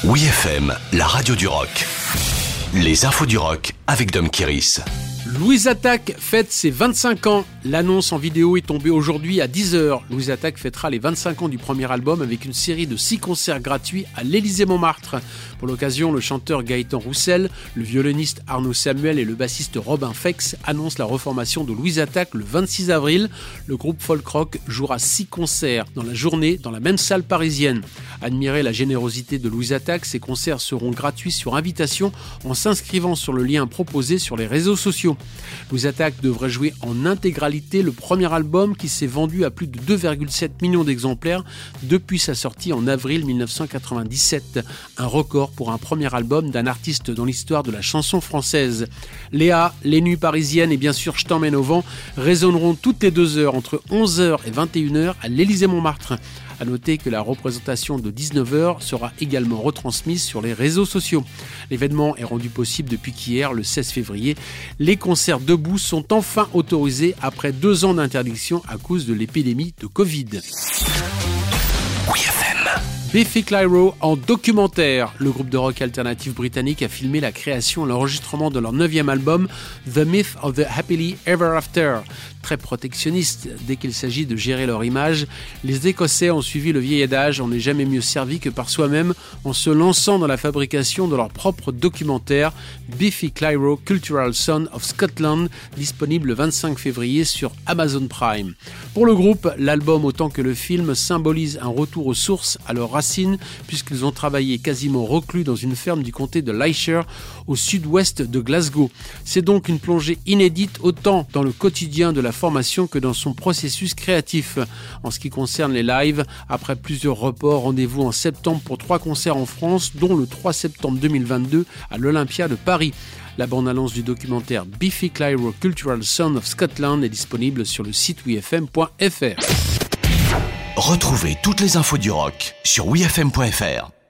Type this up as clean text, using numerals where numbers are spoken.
Oui FM, la radio du rock. Les infos du rock avec Dom Kiris. Louise Attaque fête ses 25 ans. L'annonce en vidéo est tombée aujourd'hui à 10h. Louise Attaque fêtera les 25 ans du premier album avec une série de 6 concerts gratuits à l'Élysée-Montmartre. Pour l'occasion, le chanteur Gaëtan Roussel, le violoniste Arnaud Samuel et le bassiste Robin Fex annoncent la reformation de Louise Attaque le 26 avril. Le groupe folk rock jouera 6 concerts dans la journée dans la même salle parisienne. Admirez la générosité de Louise Attaque, ces concerts seront gratuits sur invitation en s'inscrivant sur le lien proposé sur les réseaux sociaux. Louise Attaque devrait jouer en intégralité le premier album qui s'est vendu à plus de 2,7 millions d'exemplaires depuis sa sortie en avril 1997. Un record pour un premier album d'un artiste dans l'histoire de la chanson française. Léa, Les Nuits Parisiennes et bien sûr Je t'emmène au vent résonneront toutes les 2 heures entre 11h et 21h à l'Élysée-Montmartre. À noter que la représentation de 19h sera également retransmise sur les réseaux sociaux. L'événement est rendu possible depuis qu'hier, le 16 février, les concerts debout sont enfin autorisés après 2 ans d'interdiction à cause de l'épidémie de Covid. Oui FM. Biffy Clyro en documentaire. Le groupe de rock alternatif britannique a filmé la création et l'enregistrement de leur 9e album, The Myth of the Happily Ever After. Très protectionnistes dès qu'il s'agit de gérer leur image, les Écossais ont suivi le vieil adage « on n'est jamais mieux servi que par soi-même » en se lançant dans la fabrication de leur propre documentaire Biffy Clyro Cultural Son of Scotland, disponible le 25 février sur Amazon Prime. Pour le groupe, l'album autant que le film symbolise un retour aux sources, à leurs racines, puisqu'ils ont travaillé quasiment reclus dans une ferme du comté de Leicester, au sud-ouest de Glasgow. C'est donc une plongée inédite autant dans le quotidien de la formation que dans son processus créatif. En ce qui concerne les lives, après plusieurs reports, rendez-vous en septembre pour 3 concerts en France, dont le 3 septembre 2022 à l'Olympia de Paris. La bande-annonce du documentaire Biffy Clyro Cultural Son of Scotland est disponible sur le site wifm.fr. Retrouvez toutes les infos du rock sur wifm.fr.